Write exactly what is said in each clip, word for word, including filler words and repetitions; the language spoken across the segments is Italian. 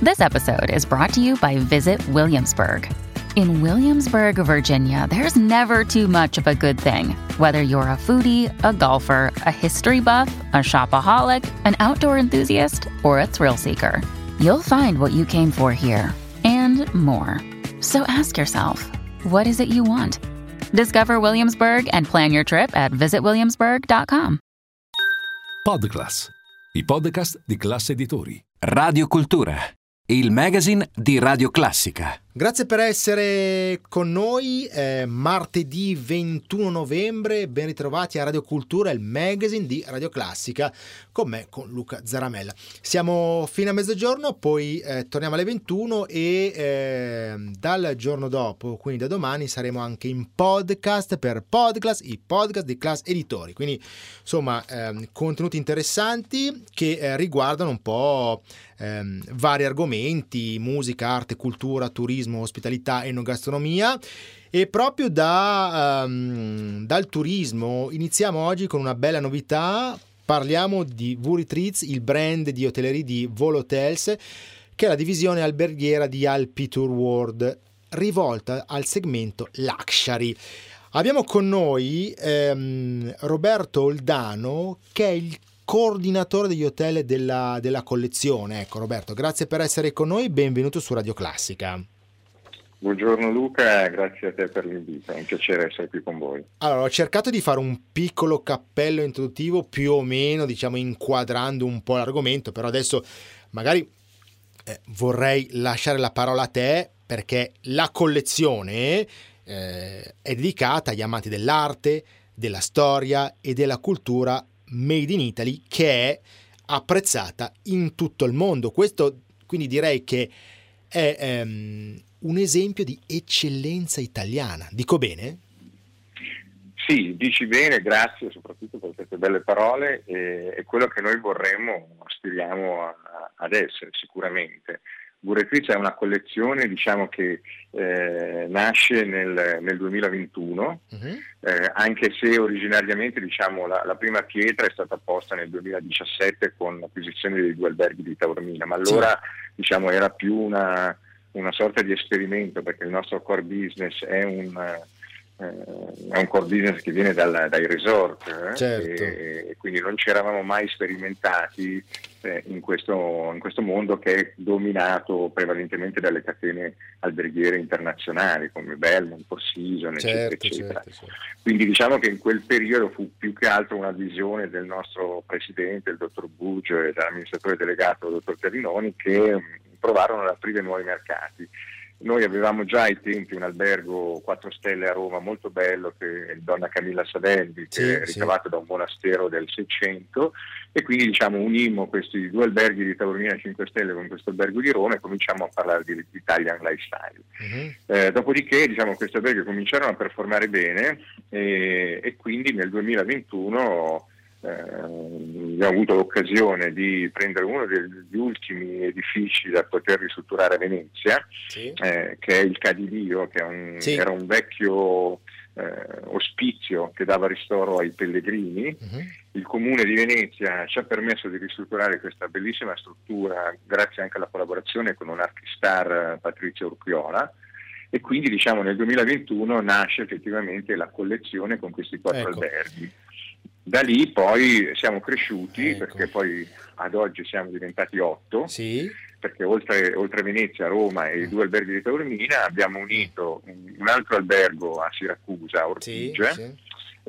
This episode is brought to you by Visit Williamsburg. In Williamsburg, Virginia, there's never too much of a good thing. Whether you're a foodie, a golfer, a history buff, a shopaholic, an outdoor enthusiast, or a thrill seeker, you'll find what you came for here and more. So ask yourself, what is it you want? Discover Williamsburg and plan your trip at visit williamsburg dot com. Podclass, i podcast di Classe Editori. Radio Cultura, il magazine di Radio Classica. Grazie per essere con noi, eh, martedì ventuno novembre, ben ritrovati a Radio Cultura, il magazine di Radio Classica, con me, con Luca Zaramella. Siamo fino a mezzogiorno, poi eh, torniamo alle ventuno e eh, dal giorno dopo, quindi da domani, saremo anche in podcast per Podclass, i podcast di Class Editori. Quindi insomma eh, contenuti interessanti che eh, riguardano un po' eh, vari argomenti: musica, arte, cultura, turismo, ospitalità, enogastronomia. E proprio da, um, dal turismo iniziamo oggi con una bella novità. Parliamo di V-Retreats, il brand di hotellerie di Volhotels, che è la divisione alberghiera di Alpi Tour World, rivolta al segmento luxury. Abbiamo con noi ehm, Roberto Oldano, che è il coordinatore degli hotel della, della collezione. Ecco, Roberto, grazie per essere con noi, benvenuto su Radio Classica. Buongiorno Luca, grazie a te per l'invito, è un piacere essere qui con voi. Allora, ho cercato di fare un piccolo cappello introduttivo, più o meno, diciamo, inquadrando un po' l'argomento, però adesso magari eh, vorrei lasciare la parola a te, perché la collezione eh, è dedicata agli amanti dell'arte, della storia e della cultura made in Italy, che è apprezzata in tutto il mondo. Questo quindi direi che è ehm, un esempio di eccellenza italiana. Dico bene? Sì, dici bene, grazie soprattutto per queste belle parole. E, è quello che noi vorremmo, aspiriamo a, ad essere sicuramente. V-Retreats è una collezione, diciamo, che eh, nasce nel, nel duemilaventuno, uh-huh. eh, anche se originariamente, diciamo, la, la prima pietra è stata posta nel duemiladiciassette con l'acquisizione dei due alberghi di Taormina, ma allora sì. diciamo, era più una, una sorta di esperimento, perché il nostro core business è un... Eh, è un core business che viene dal, dai resort eh? certo. e, e quindi non ci eravamo mai sperimentati eh, in, questo, in questo mondo che è dominato prevalentemente dalle catene alberghiere internazionali come Belmont, Four Seasons, certo, eccetera, eccetera. Certo, certo. Quindi diciamo che in quel periodo fu più che altro una visione del nostro presidente, il dottor Buggio, e dell'amministratore delegato, il dottor Terrinoni, che mh, provarono ad aprire nuovi mercati. Noi avevamo già ai tempi un albergo quattro stelle a Roma molto bello, che è il Donna Camilla Savelli, che sì, è ricavato sì. da un monastero del Seicento, e quindi diciamo unimmo questi due alberghi di Taormina cinque stelle con questo albergo di Roma e cominciamo a parlare di, di Italian lifestyle. Uh-huh. Eh, dopodiché diciamo questi alberghi cominciarono a performare bene e, e quindi nel duemilaventuno Eh, abbiamo avuto l'occasione di prendere uno degli ultimi edifici da poter ristrutturare a Venezia, sì. eh, che è il Cadilio, che è un, sì. era un vecchio eh, ospizio che dava ristoro ai pellegrini. Uh-huh. Il comune di Venezia ci ha permesso di ristrutturare questa bellissima struttura grazie anche alla collaborazione con un archistar, Patrizia Urquiola, e quindi diciamo nel duemilaventuno nasce effettivamente la collezione con questi quattro ecco. alberghi. Da lì poi siamo cresciuti, ecco. perché poi ad oggi siamo diventati otto, sì. perché oltre, oltre Venezia, Roma e i due alberghi di Taormina abbiamo unito un, un altro albergo a Siracusa, a Ortigia, sì, sì.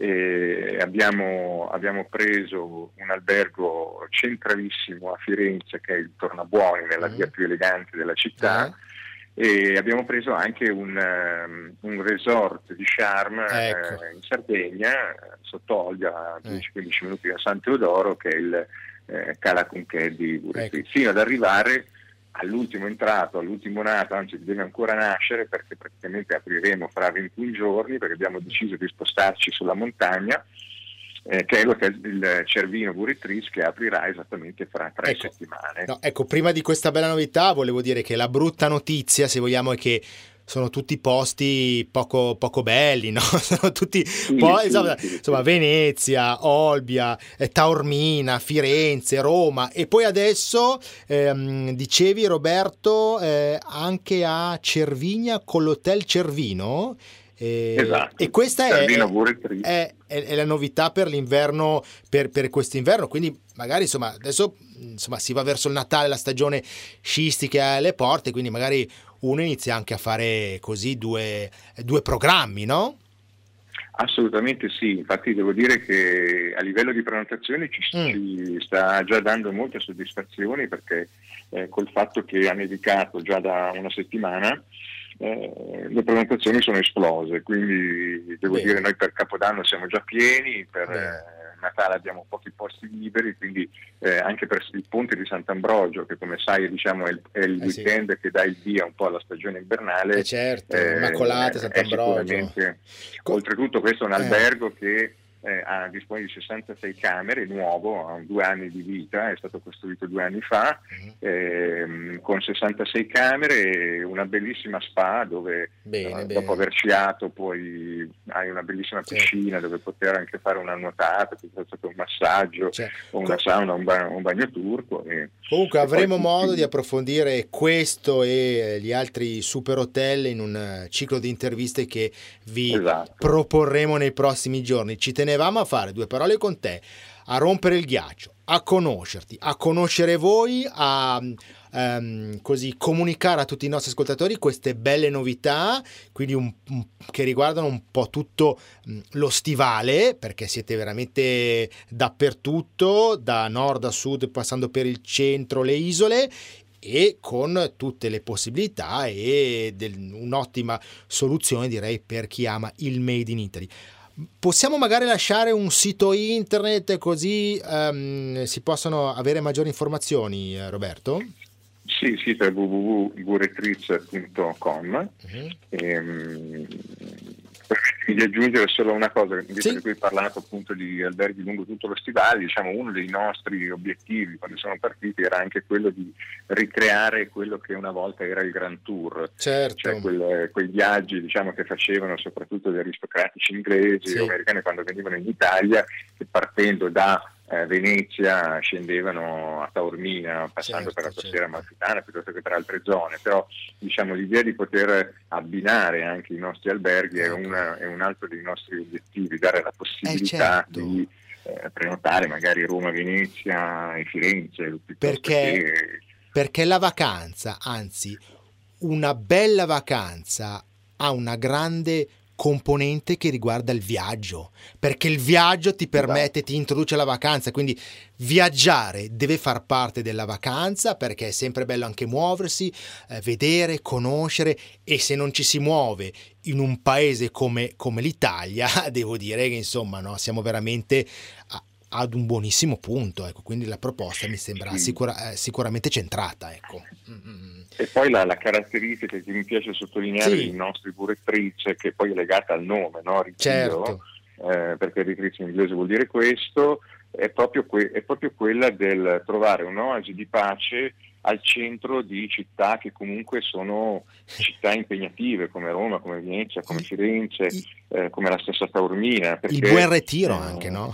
E abbiamo, abbiamo preso un albergo centralissimo a Firenze, che è il Tornabuoni, nella mm. via più elegante della città, eh. e abbiamo preso anche un, um, un resort di charme ecco. eh, in Sardegna, sotto Olbia, a dieci quindici minuti da San Teodoro, che è il eh, Cala Conché di V-Retreats, ecco. fino ad arrivare all'ultimo entrato, all'ultimo nato, anzi deve ancora nascere, perché praticamente apriremo fra ventuno giorni, perché abbiamo deciso di spostarci sulla montagna, Eh, che è l'hotel il Cervino V-Retreats, che aprirà esattamente fra tre ecco, settimane. No, ecco, prima di questa bella novità volevo dire che la brutta notizia, se vogliamo, è che sono tutti posti poco, poco belli, no? Sono tutti Sì, po- sì, insomma, sì, insomma, sì. Venezia, Olbia, eh, Taormina, Firenze, Roma, e poi adesso ehm, dicevi, Roberto, eh, anche a Cervinia con l'Hotel Cervino. Eh, Esatto. E questa è, Cervino Guretri. è, è, è la novità per l'inverno, per, per quest'inverno, quindi magari insomma adesso insomma si va verso il Natale, la stagione sciistica è alle porte, quindi magari uno inizia anche a fare così due, due programmi, no? Assolutamente sì, infatti devo dire che a livello di prenotazioni ci, Mm. ci sta già dando molte soddisfazioni, perché eh, col fatto che ha nevicato già da una settimana eh, le prenotazioni sono esplose, quindi devo Bene. dire noi per Capodanno siamo già pieni, per Bene. eh, Natale abbiamo pochi posti liberi, quindi eh, anche per il ponte di Sant'Ambrogio, che come sai diciamo, è il, è il Eh sì. weekend che dà il via un po' alla stagione invernale. Eh certo, eh, Immacolata, è Sant'Ambrogio. sicuramente- Co- oltretutto questo è un Eh. albergo che eh, ha, dispone di sessantasei camere, è nuovo, ha due anni di vita, è stato costruito due anni fa, Mhm. ehm, con sessantasei camere e una bellissima spa dove Bene, eh, bene. dopo aver sciato poi hai una bellissima Certo. piscina dove poter anche fare una nuotata piuttosto che un massaggio Cioè, o una co- sauna, un, ba- un bagno turco. E, Comunque e avremo poi modo tutti- di approfondire questo e gli altri super hotel in un eh, ciclo di interviste che vi Esatto. proporremo nei prossimi giorni. Ci tenevamo a fare due parole con te, a rompere il ghiaccio, a conoscerti, a conoscere voi, a ehm, così comunicare a tutti i nostri ascoltatori queste belle novità, quindi un, un- che riguardano un po' tutto mh, lo stivale, perché siete veramente dappertutto, da nord a sud, passando per il centro, le isole, e con tutte le possibilità e del- un'ottima soluzione, direi, per chi ama il Made in Italy. Possiamo magari lasciare un sito internet così ehm, si possono avere maggiori informazioni, eh, Roberto? Sì, il sito è w w w punto guretritz punto com. Mhm. Ehm, permettimi di aggiungere solo una cosa, visto Sì. che tu hai parlato appunto di alberghi lungo tutto lo stivale, diciamo uno dei nostri obiettivi quando siamo partiti era anche quello di ricreare quello che una volta era il Grand Tour, Certo. cioè quel- quei viaggi diciamo che facevano soprattutto gli aristocratici inglesi Sì. o americani quando venivano in Italia, che partendo da eh, Venezia scendevano a Taormina, passando Certo, per la costiera certo. amalfitana piuttosto che per altre zone, però diciamo l'idea di poter abbinare anche i nostri alberghi è, Ecco. una- è un altro dei nostri obiettivi, dare la possibilità Eh, certo. di eh, prenotare magari Roma, Venezia e Firenze piuttosto Perché- che Perché la vacanza, anzi una bella vacanza, ha una grande componente che riguarda il viaggio, perché il viaggio ti permette, ti introduce alla vacanza, quindi viaggiare deve far parte della vacanza, perché è sempre bello anche muoversi, eh, vedere, conoscere, e se non ci si muove in un paese come, come l'Italia, devo dire che insomma no, siamo veramente a- ad un buonissimo punto, ecco, quindi la proposta mi sembra Sì. sicura- eh, sicuramente centrata, ecco. Mm-mm. E poi la, la caratteristica che mi piace sottolineare Sì. dei nostri Guretritz, che poi è legata al nome, no? Ritiro, Certo. eh, perché ritiro in inglese vuol dire questo, è proprio, que- è proprio quella del trovare un'oasi di pace al centro di città che comunque sono città impegnative come Roma, come Venezia, come Firenze, I- eh, come la stessa Taormina. Il perché, buon ritiro eh, anche, no?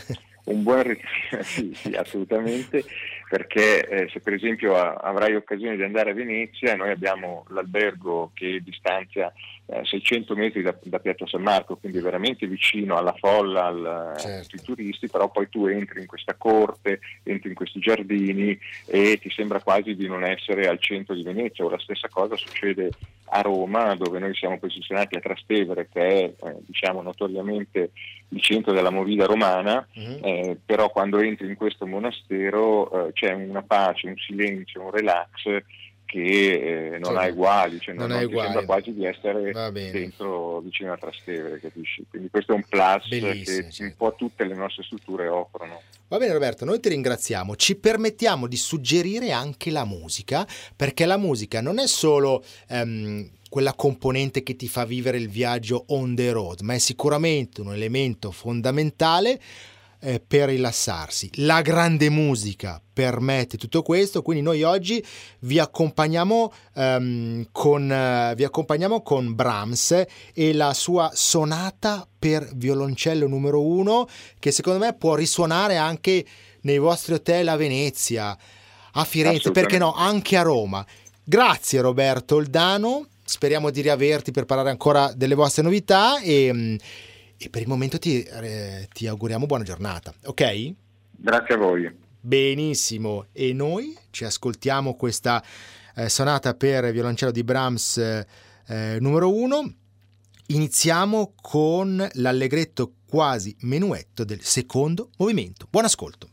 Un buon ritiro, sì, sì, assolutamente, perché eh, se per esempio a- avrai occasione di andare a Venezia, noi abbiamo l'albergo che distanzia eh, seicento metri da, da Piazza San Marco, quindi veramente vicino alla folla, al, Certo. a tutti i turisti, però poi tu entri in questa corte, entri in questi giardini e ti sembra quasi di non essere al centro di Venezia, o la stessa cosa succede a Roma, dove noi siamo posizionati a Trastevere, che è eh, diciamo notoriamente il centro della movida romana. Mhm. Eh, però quando entri in questo monastero eh, c'è una pace, un silenzio, un relax che eh, non Sì. ha uguali, cioè non, Non ha non ti uguali. sembra quasi di essere Va bene. dentro vicino a Trastevere, capisci? Quindi questo è un plus Bellissimo, che sì. un po' tutte le nostre strutture offrono. Va bene Roberto, noi ti ringraziamo, ci permettiamo di suggerire anche la musica, perché la musica non è solo ehm, quella componente che ti fa vivere il viaggio on the road, ma è sicuramente un elemento fondamentale eh, per rilassarsi. La grande musica permette tutto questo, quindi noi oggi vi accompagniamo um, con uh, vi accompagniamo con Brahms e la sua sonata per violoncello numero uno, che secondo me può risuonare anche nei vostri hotel a Venezia, a Firenze, perché no, anche a Roma. Grazie Roberto Oldano, speriamo di riaverti per parlare ancora delle vostre novità e, e per il momento ti, eh, ti auguriamo buona giornata, ok? Grazie a voi. Benissimo, e noi ci ascoltiamo questa eh, sonata per violoncello di Brahms eh, numero uno. Iniziamo con l'allegretto quasi menuetto del secondo movimento. Buon ascolto.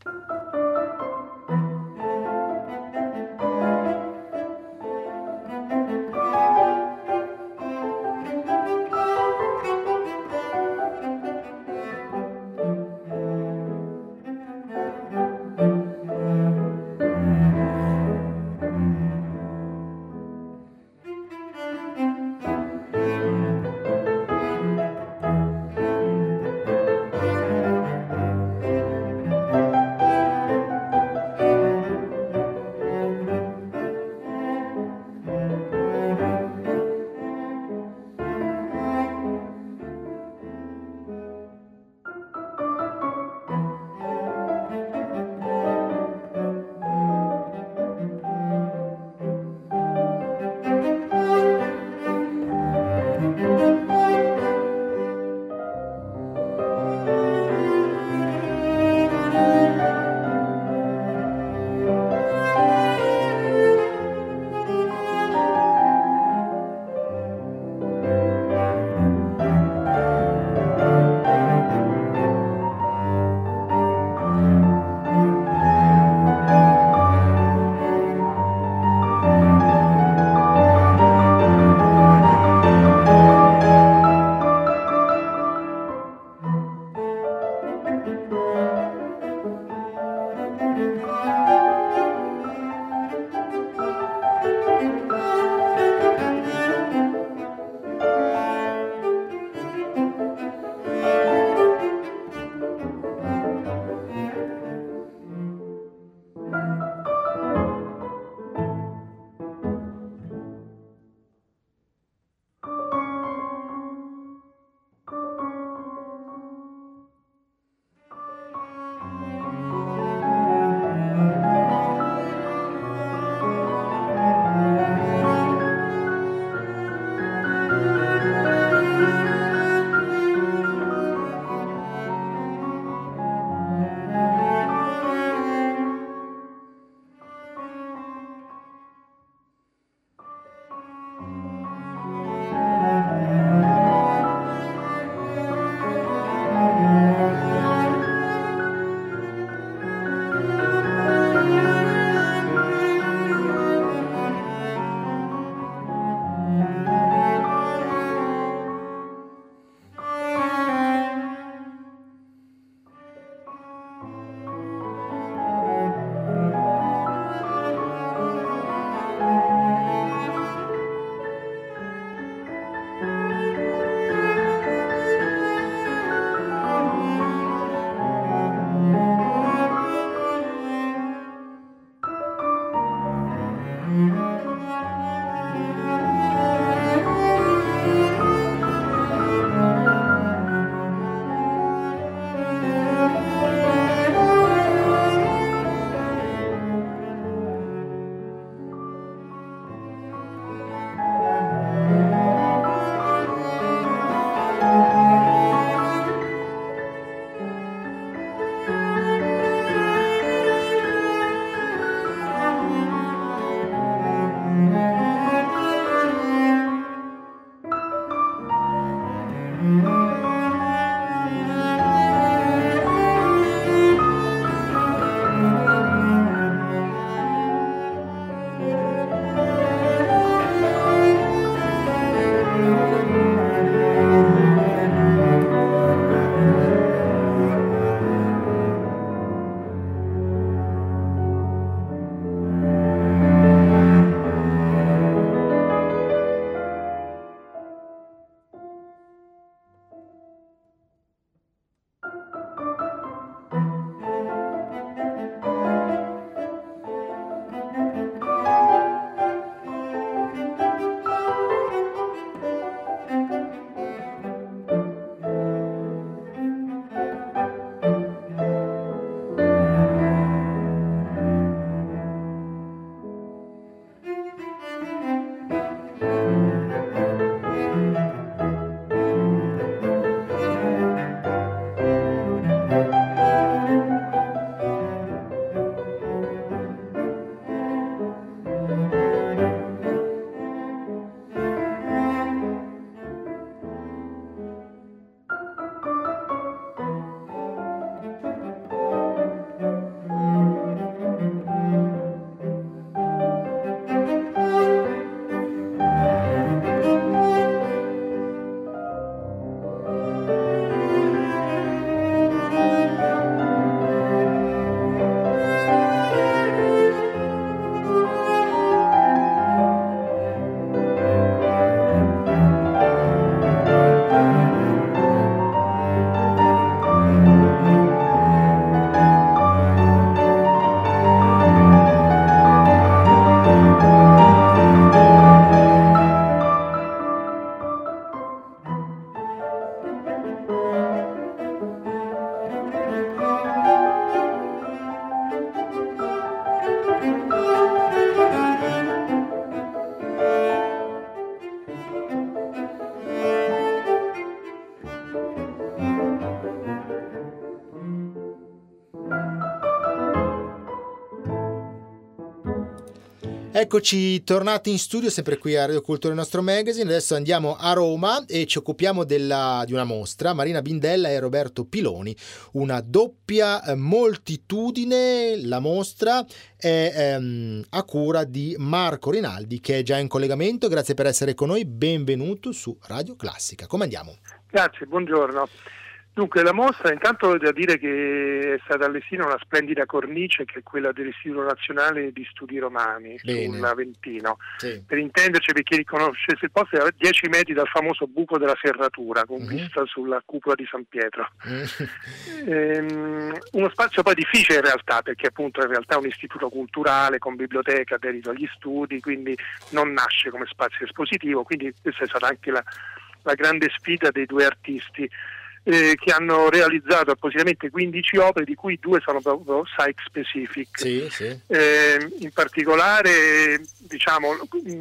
Eccoci tornati in studio, sempre qui a Radio Cultura, il nostro magazine. Adesso andiamo a Roma e ci occupiamo della, di una mostra, Marina Bindella e Roberto Piloni, una doppia eh, moltitudine. La mostra è ehm, a cura di Marco Rinaldi, che è già in collegamento. Grazie per essere con noi, benvenuto su Radio Classica. Come andiamo? Grazie, buongiorno. Dunque, la mostra, intanto da dire che è stata allestita una splendida cornice, che è quella dell'Istituto Nazionale di Studi Romani. Bene. Sull'Aventino. Sì. Per intenderci, per chi riconoscesse il posto, è a dieci metri dal famoso buco della serratura, con mm-hmm. vista sulla cupola di San Pietro. Mm-hmm. Ehm, uno spazio poi difficile in realtà, perché appunto in realtà è un istituto culturale con biblioteca dedito agli studi, quindi non nasce come spazio espositivo, quindi questa è stata anche la, la grande sfida dei due artisti. Eh, che hanno realizzato appositamente quindici opere, di cui due sono proprio site specific. Sì, sì. Eh, in particolare, diciamo,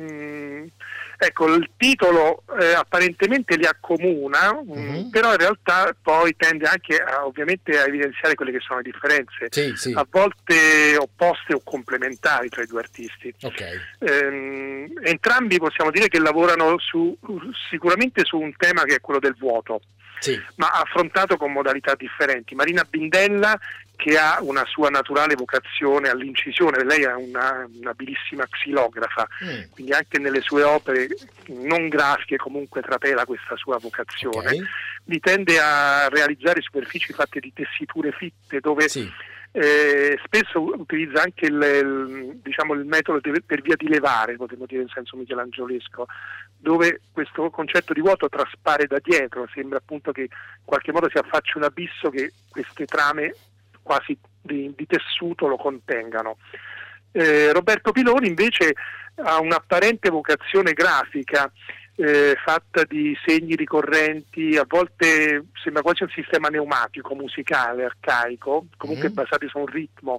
mh, ecco, il titolo eh, apparentemente li accomuna, mm-hmm. mh, però in realtà poi tende anche a, ovviamente a evidenziare quelle che sono le differenze, sì, sì. a volte opposte o complementari tra i due artisti. Okay. Eh, entrambi possiamo dire che lavorano su, sicuramente su un tema che è quello del vuoto. Sì. Ma affrontato con modalità differenti. Marina Bindella, che ha una sua naturale vocazione all'incisione, lei è una, una abilissima xilografa, mm. quindi anche nelle sue opere non grafiche comunque trapela questa sua vocazione. Okay. Mi tende a realizzare superfici fatte di tessiture fitte, dove sì. eh, spesso utilizza anche il, il, diciamo, il metodo de, per via di levare, potremmo dire in senso michelangiolesco, dove questo concetto di vuoto traspare da dietro, sembra appunto che in qualche modo si affacci un abisso che queste trame quasi di, di tessuto lo contengano. Eh, Roberto Piloni invece ha un'apparente vocazione grafica, eh, fatta di segni ricorrenti, a volte sembra quasi un sistema pneumatico musicale arcaico, comunque mm. basati su un ritmo,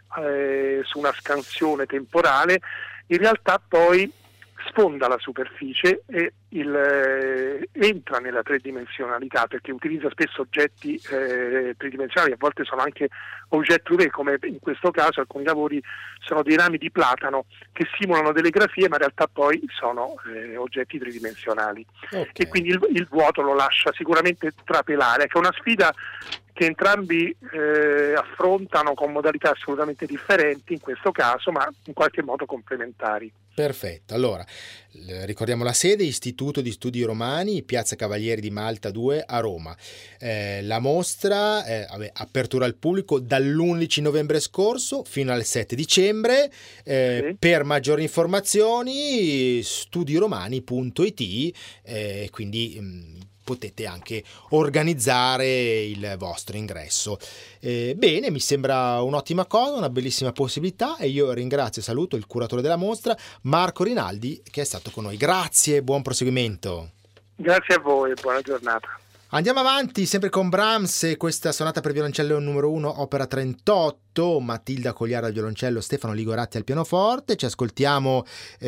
eh, su una scansione temporale. In realtà poi sfonda la superficie e il, eh, entra nella tridimensionalità, perché utilizza spesso oggetti eh, tridimensionali, a volte sono anche oggetti due, come in questo caso alcuni lavori sono dei rami di platano che simulano delle grafie, ma in realtà poi sono eh, oggetti tridimensionali. Okay. E quindi il, il vuoto lo lascia sicuramente trapelare, che è una sfida che entrambi eh, affrontano con modalità assolutamente differenti in questo caso, ma in qualche modo complementari. Perfetto, allora ricordiamo la sede: Istituto di Studi Romani, Piazza Cavalieri di Malta due a Roma. Eh, la mostra, eh, vabbè, apertura al pubblico dall'undici novembre scorso fino al sette dicembre. Eh, sì. Per maggiori informazioni studiromani punto it, eh, quindi mh, potete anche organizzare il vostro ingresso. Eh, bene, mi sembra un'ottima cosa, una bellissima possibilità, e io ringrazio e saluto il curatore della mostra, Marco Rinaldi, che è stato con noi. Grazie e buon proseguimento. Grazie a voi e buona giornata. Andiamo avanti, sempre con Brahms e questa sonata per violoncello numero uno, opera trentotto, Matilda Cogliara al violoncello, Stefano Ligoratti al pianoforte. Ci ascoltiamo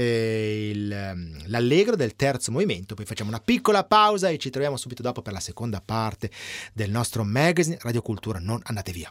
eh, il, l'allegro del terzo movimento, poi facciamo una piccola pausa e ci troviamo subito dopo per la seconda parte del nostro magazine Radio Cultura. Non andate via.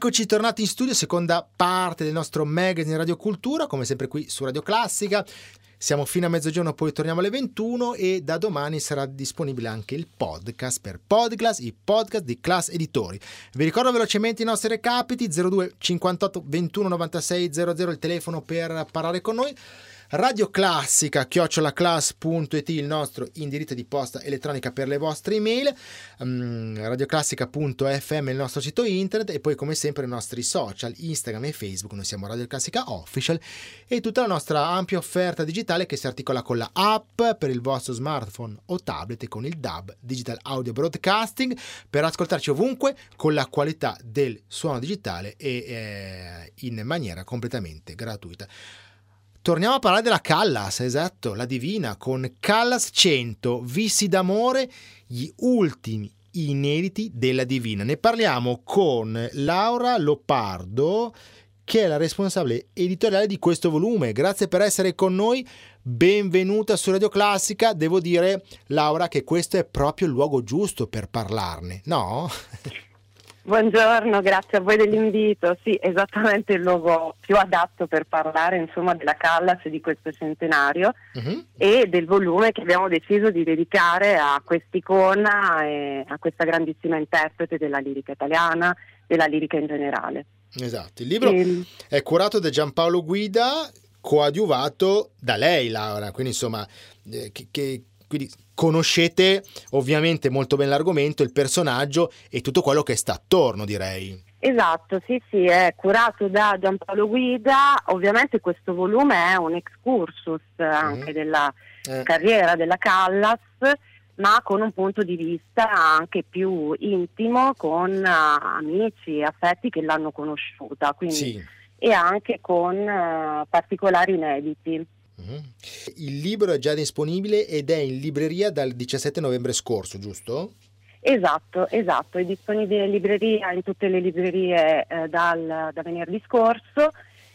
Eccoci tornati in studio, seconda parte del nostro magazine Radio Cultura, come sempre qui su Radio Classica. Siamo fino a mezzogiorno, poi torniamo alle ventuno e da domani sarà disponibile anche il podcast per Podclass, i podcast di Class Editori. Vi ricordo velocemente i nostri recapiti: zero due cinquantotto ventuno novantasei zero zero il telefono per parlare con noi. Radio Classica chiocciolaclass punto it il nostro indirizzo di posta elettronica per le vostre email, um, radioclassica punto effe emme il nostro sito internet e poi come sempre i nostri social Instagram e Facebook. Noi siamo Radio Classica Official e tutta la nostra ampia offerta digitale che si articola con la app per il vostro smartphone o tablet e con il D A B, Digital Audio Broadcasting, per ascoltarci ovunque con la qualità del suono digitale e eh, in maniera completamente gratuita. Torniamo a parlare della Callas, esatto, la Divina, con Callas cento, Vizi d'amore, gli ultimi inediti della Divina. Ne parliamo con Laura Lopardo, che è la responsabile editoriale di questo volume. Grazie per essere con noi, benvenuta su Radio Classica. Devo dire, Laura, che questo è proprio il luogo giusto per parlarne, no? Buongiorno, grazie a voi dell'invito. Sì, esattamente il luogo più adatto per parlare, insomma, della Callas e di questo centenario uh-huh. e del volume che abbiamo deciso di dedicare a quest'icona e a questa grandissima interprete della lirica italiana, della lirica in generale. Esatto, il libro e... è curato da Giampaolo Guida, coadiuvato da lei, Laura, quindi insomma eh, che, che quindi conoscete ovviamente molto bene l'argomento, il personaggio e tutto quello che sta attorno, direi. Esatto, sì sì, è curato da Giampaolo Guida. Ovviamente questo volume è un excursus anche mm. della eh. carriera della Callas, ma con un punto di vista anche più intimo, con uh, amici e affetti che l'hanno conosciuta, quindi sì. e anche con uh, particolari inediti. Il libro è già disponibile ed è in libreria dal diciassette novembre scorso, giusto? Esatto, esatto, è disponibile in libreria, in tutte le librerie eh, dal, da venerdì scorso,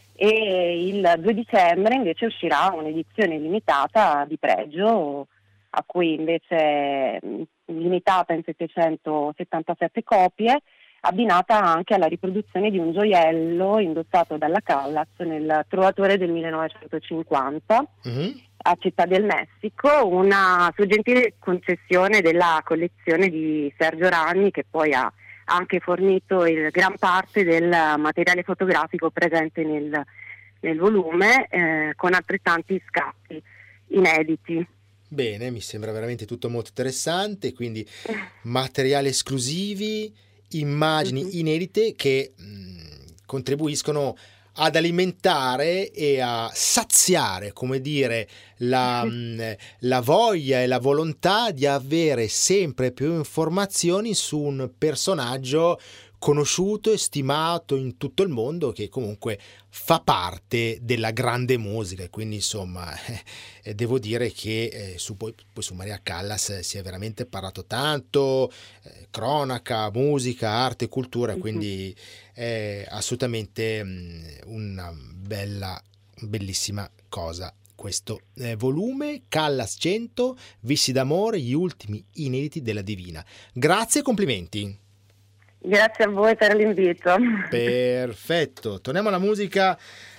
e il due dicembre invece uscirà un'edizione limitata di pregio, a cui invece mh, limitata in settecentosettantasette copie, abbinata anche alla riproduzione di un gioiello indossato dalla Callas nel Trovatore del millenovecentocinquanta uh-huh. a Città del Messico, una sua gentile concessione della collezione di Sergio Ragni, che poi ha anche fornito il gran parte del materiale fotografico presente nel, nel volume, eh, con altrettanti scatti inediti. Bene, mi sembra veramente tutto molto interessante, quindi materiali esclusivi, immagini uh-huh. inedite che mh, contribuiscono ad alimentare e a saziare, come dire, la, uh-huh. mh, la voglia e la volontà di avere sempre più informazioni su un personaggio conosciuto e stimato in tutto il mondo, che comunque fa parte della grande musica. E quindi insomma eh, devo dire che eh, su, poi, poi su Maria Callas si è veramente parlato tanto, eh, cronaca, musica, arte, cultura, mm-hmm. quindi è assolutamente mh, una bella, bellissima cosa questo eh, volume Callas cento, Vizi d'amore, gli ultimi inediti della Divina. Grazie e complimenti. Grazie a voi per l'invito. Perfetto, torniamo alla musica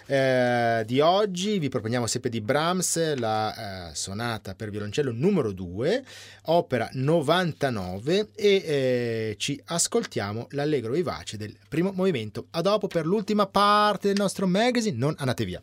eh, di oggi. Vi proponiamo sempre di Brahms la eh, sonata per violoncello numero due, opera novantanove, e eh, ci ascoltiamo l'allegro vivace del primo movimento. A dopo per l'ultima parte del nostro magazine, non andate via.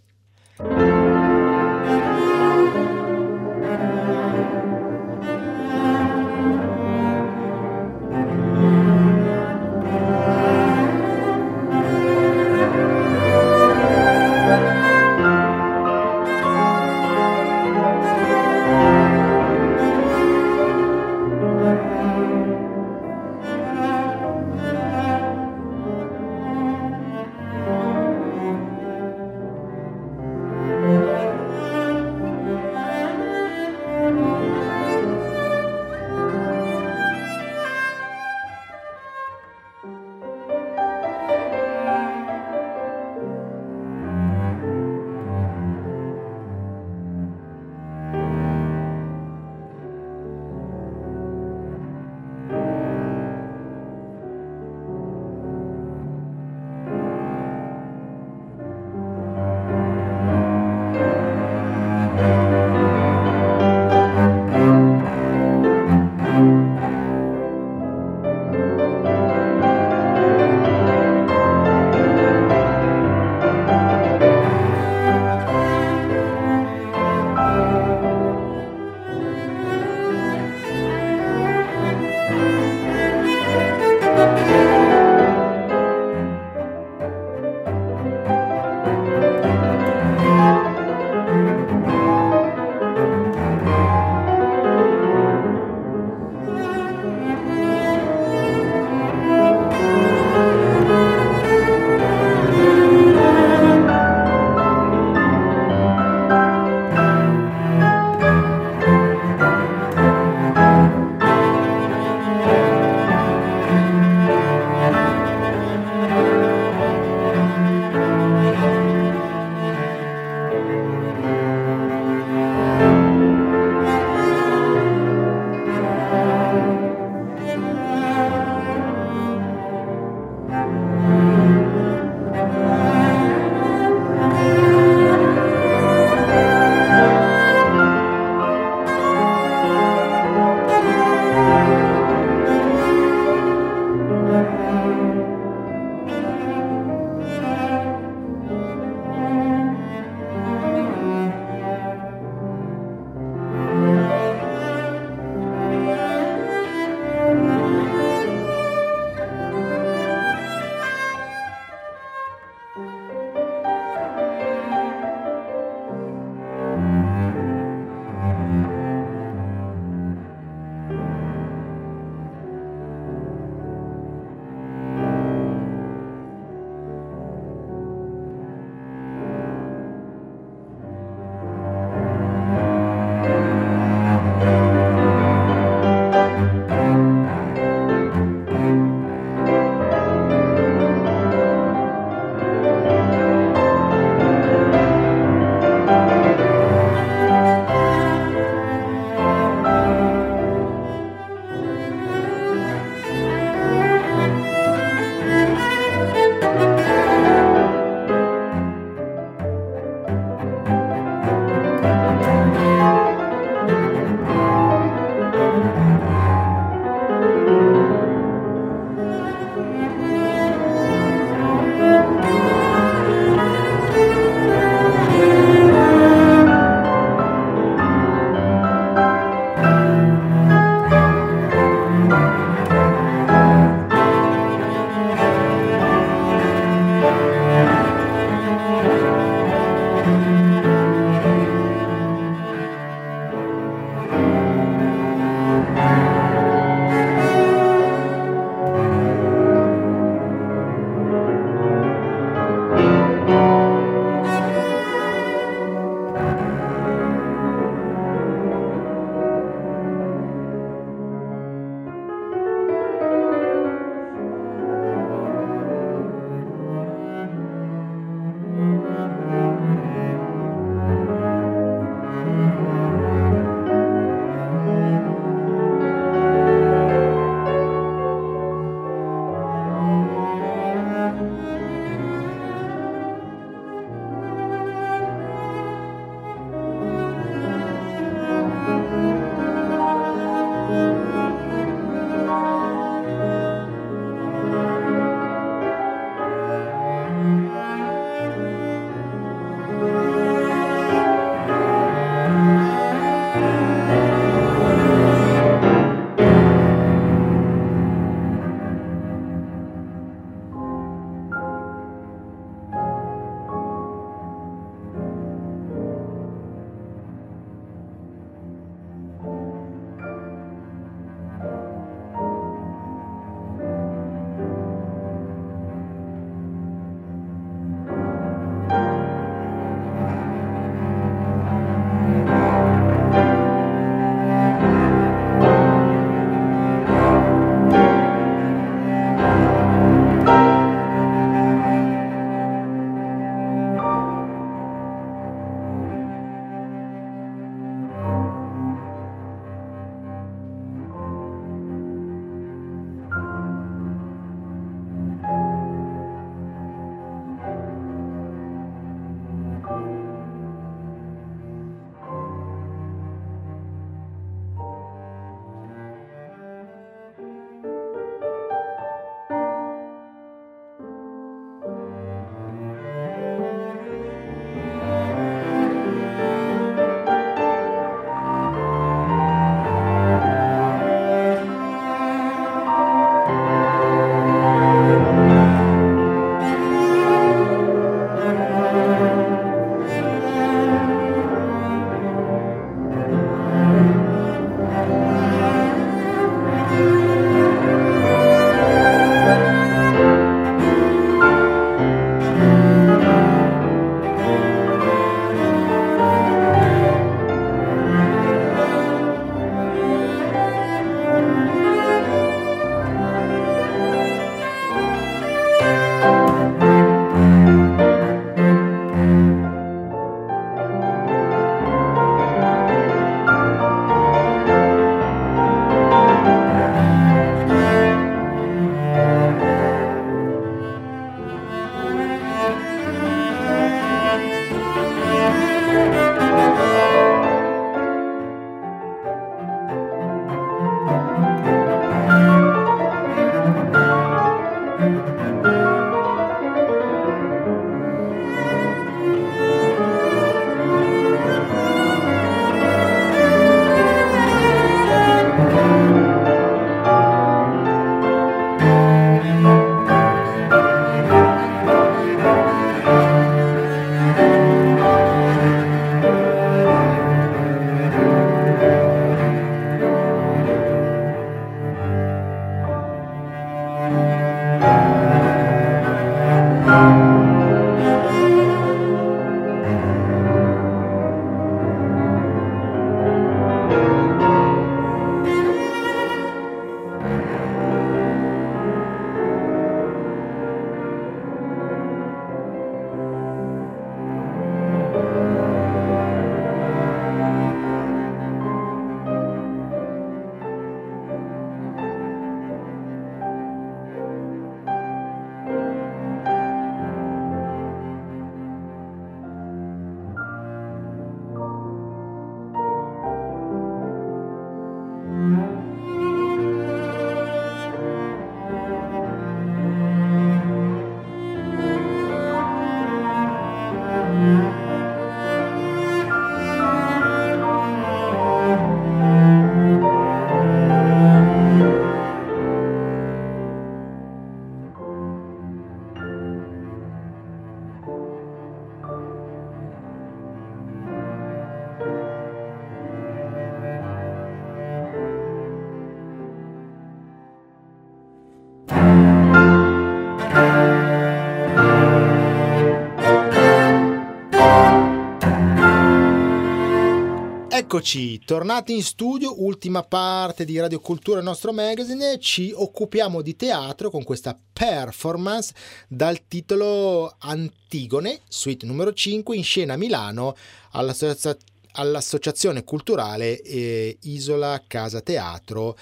Eccoci, tornati in studio, ultima parte di Radio Cultura, il nostro magazine. Ci occupiamo di teatro con questa performance dal titolo Antigone, suite numero cinque, in scena a Milano all'associazione, all'associazione culturale eh, Isola Casa Teatro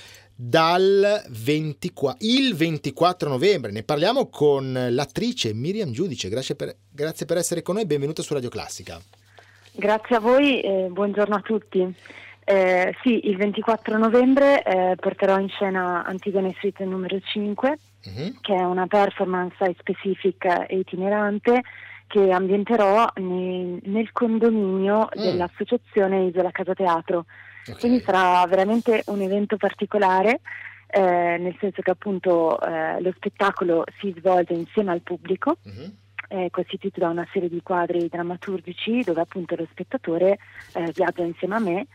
dal ventiquattro, il ventiquattro novembre. Ne parliamo con l'attrice Miriam Giudice. Grazie per, grazie per essere con noi, benvenuta su Radio Classica. Grazie a voi e buongiorno a tutti. Eh, sì, il ventiquattro novembre eh, porterò in scena Antigone Suite numero cinque, uh-huh. che è una performance site specific e itinerante che ambienterò ne, nel condominio mm. dell'associazione Isola Casa Teatro. Okay. Quindi sarà veramente un evento particolare, eh, nel senso che appunto eh, lo spettacolo si svolge insieme al pubblico. Uh-huh. È costituito da una serie di quadri drammaturgici dove appunto lo spettatore eh, viaggia insieme a me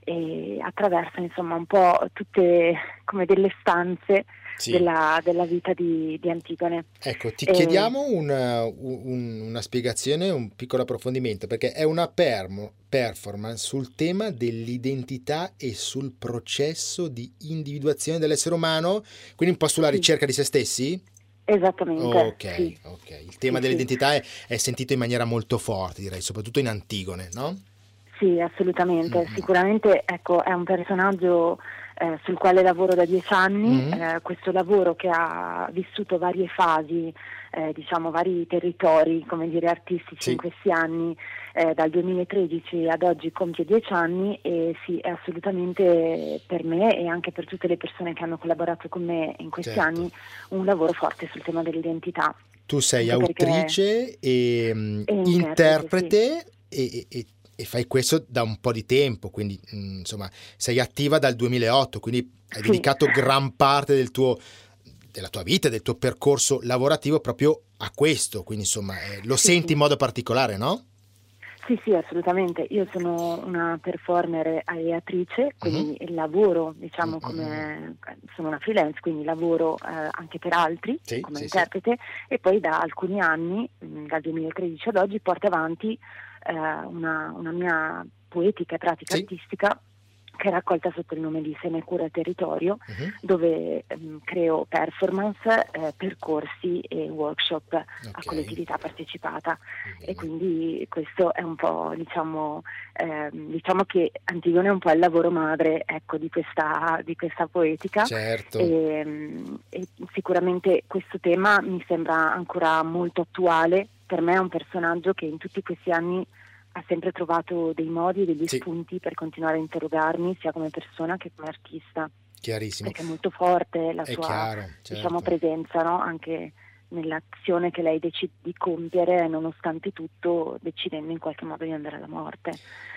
e attraversa insomma un po' tutte come delle stanze sì. della, della vita di, di Antigone. Ecco, ti e... chiediamo una, un, una spiegazione, un piccolo approfondimento, perché è una permo, performance sul tema dell'identità e sul processo di individuazione dell'essere umano, quindi un po' sulla ricerca di se stessi? Esattamente. Ok, sì. ok. Il tema sì, dell'identità sì. È, è sentito in maniera molto forte, direi, soprattutto in Antigone, no? Sì, assolutamente. Mm-hmm. Sicuramente, ecco, è un personaggio eh, sul quale lavoro da dieci anni. Mm-hmm. Eh, questo lavoro che ha vissuto varie fasi, eh, diciamo vari territori, come dire, artistici sì. in questi anni. Eh, dal duemilatredici ad oggi compie dieci anni e sì, è assolutamente per me e anche per tutte le persone che hanno collaborato con me in questi certo. anni un lavoro forte sul tema dell'identità. Tu sei anche autrice e, e interprete, interprete sì. e, e, e fai questo da un po' di tempo, quindi mh, insomma sei attiva dal duemilaotto, quindi hai sì. dedicato gran parte del tuo della tua vita, del tuo percorso lavorativo proprio a questo, quindi insomma eh, lo sì, senti sì. in modo particolare, no? Sì, sì, assolutamente. Io sono una performer e attrice, quindi uh-huh. lavoro, diciamo, come sono una freelance, quindi lavoro eh, anche per altri sì, come sì, interprete sì. e poi da alcuni anni, mh, dal duemilatredici ad oggi, porto avanti eh, una, una mia poetica e pratica sì. artistica che è raccolta sotto il nome di Seme Cura Territorio, uh-huh. dove ehm, creo performance, eh, percorsi e workshop okay. a collettività partecipata. Uh-huh. E quindi questo è un po', diciamo, ehm, diciamo che Antigone è un po' il lavoro madre, ecco, di questa, di questa poetica. Certo. E, e sicuramente questo tema mi sembra ancora molto attuale. Per me è un personaggio che in tutti questi anni ha sempre trovato dei modi e degli sì. spunti per continuare a interrogarmi sia come persona che come artista. Chiarissimo. Perché è molto forte la è sua chiaro, certo. diciamo, presenza, no? Anche nell'azione che lei decide di compiere, nonostante tutto decidendo in qualche modo di andare alla morte.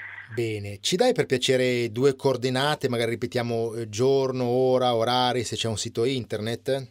Bene, ci dai per piacere due coordinate, magari ripetiamo giorno, ora, orari, se c'è un sito internet?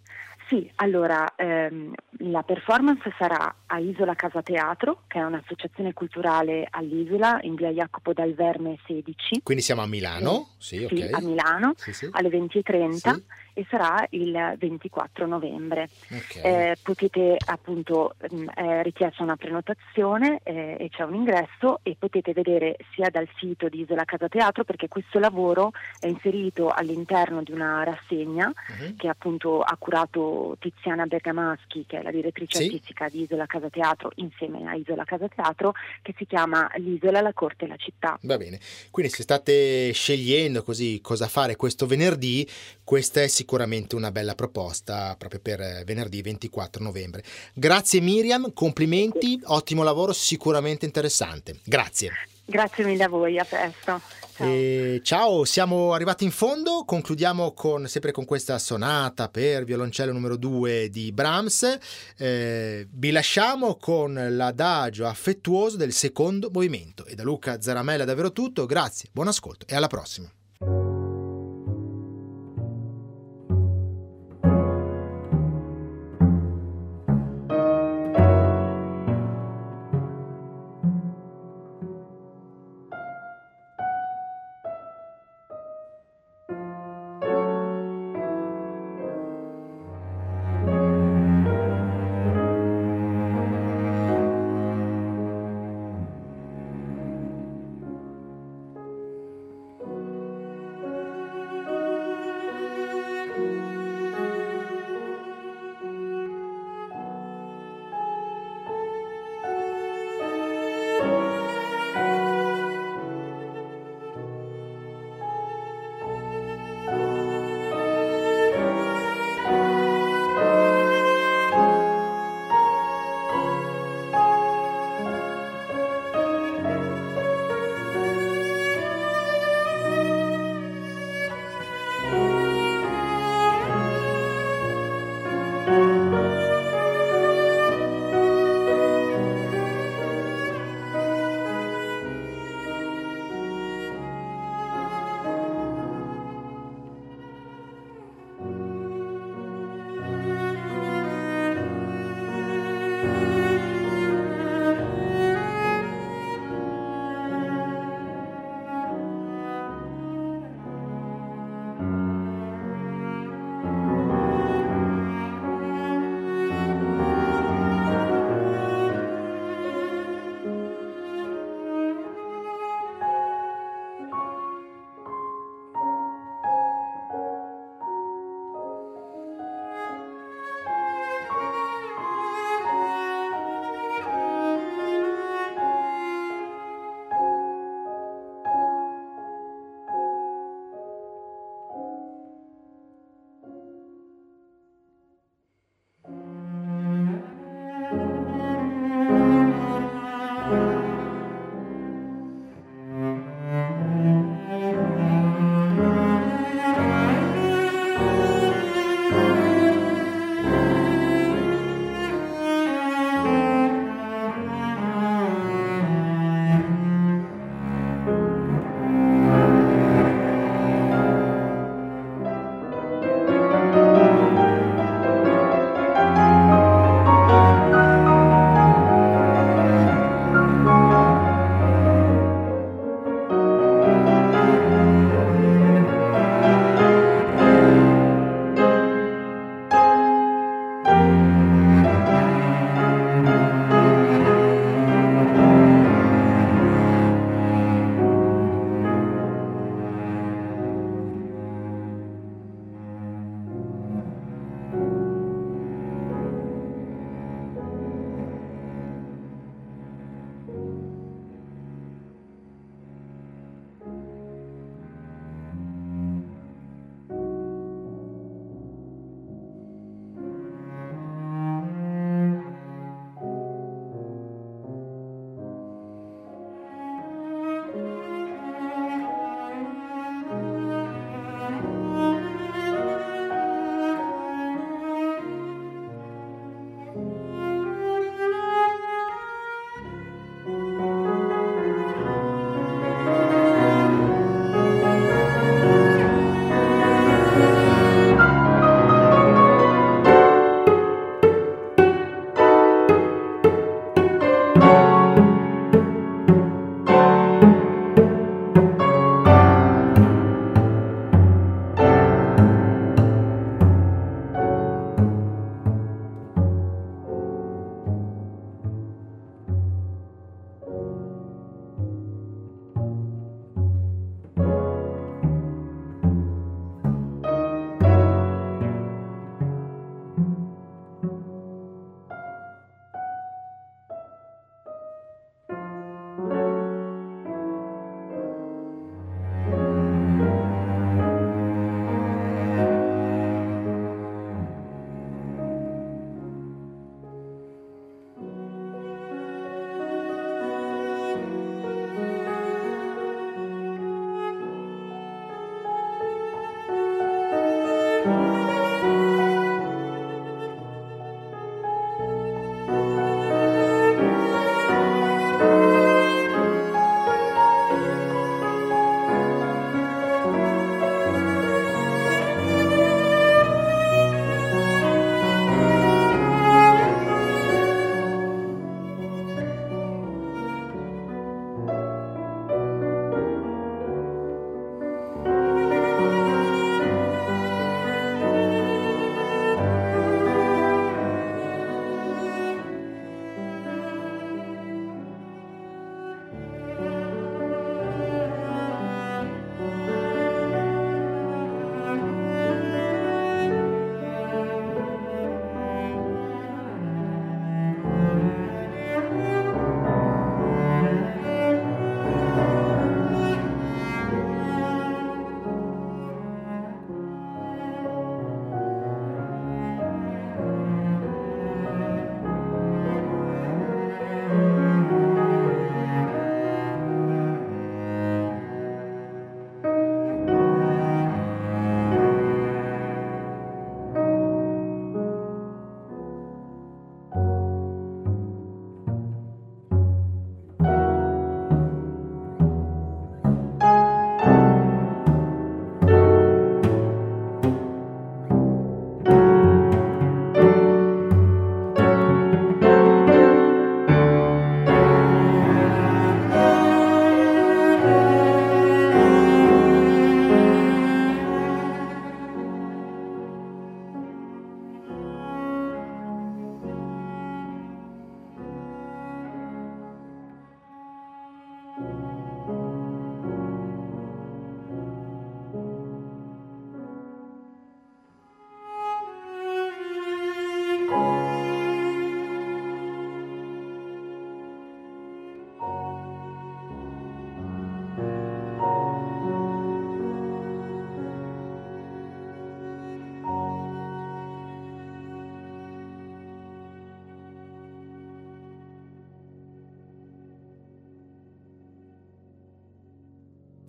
Sì, allora ehm, la performance sarà a Isola Casa Teatro, che è un'associazione culturale all'isola, in via Jacopo dal Verme sedici. Quindi siamo a Milano? Sì, sì, sì okay. a Milano, sì, sì. alle venti e trenta. Sì. E sarà il ventiquattro novembre. Okay. Eh, potete appunto mh, è richiesta una prenotazione eh, e c'è un ingresso e potete vedere sia dal sito di Isola Casa Teatro, perché questo lavoro è inserito all'interno di una rassegna uh-huh. che appunto ha curato Tiziana Bergamaschi, che è la direttrice sì. artistica di Isola Casa Teatro, insieme a Isola Casa Teatro, che si chiama L'isola, la corte e la città. Va bene, quindi se state scegliendo così cosa fare questo venerdì, questa è sicuramente una bella proposta proprio per venerdì ventiquattro novembre. Grazie Miriam, complimenti, ottimo lavoro, sicuramente interessante. Grazie. Grazie mille a voi, a presto. Ciao. E ciao, siamo arrivati in fondo, concludiamo con, sempre con questa sonata per violoncello numero due di Brahms. Eh, vi lasciamo con l'adagio affettuoso del secondo movimento. E da Luca Zaramella è davvero tutto, grazie, buon ascolto e alla prossima.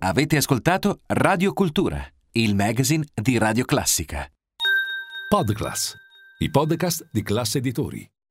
Avete ascoltato Radio Cultura, il magazine di Radio Classica. Podclass, i podcast di Classe Editori.